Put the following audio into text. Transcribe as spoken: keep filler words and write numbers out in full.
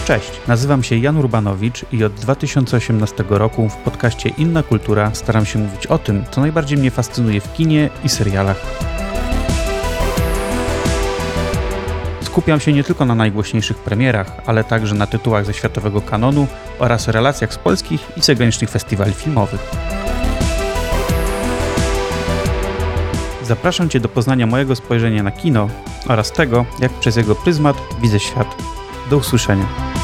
Cześć, nazywam się Jan Urbanowicz i od dwa tysiące osiemnastego roku w podcaście Inna Kultura staram się mówić o tym, co najbardziej mnie fascynuje w kinie i serialach. Skupiam się nie tylko na najgłośniejszych premierach, ale także na tytułach ze światowego kanonu oraz relacjach z polskich i zagranicznych festiwali filmowych. Zapraszam Cię do poznania mojego spojrzenia na kino oraz tego, jak przez jego pryzmat widzę świat. Do usłyszenia.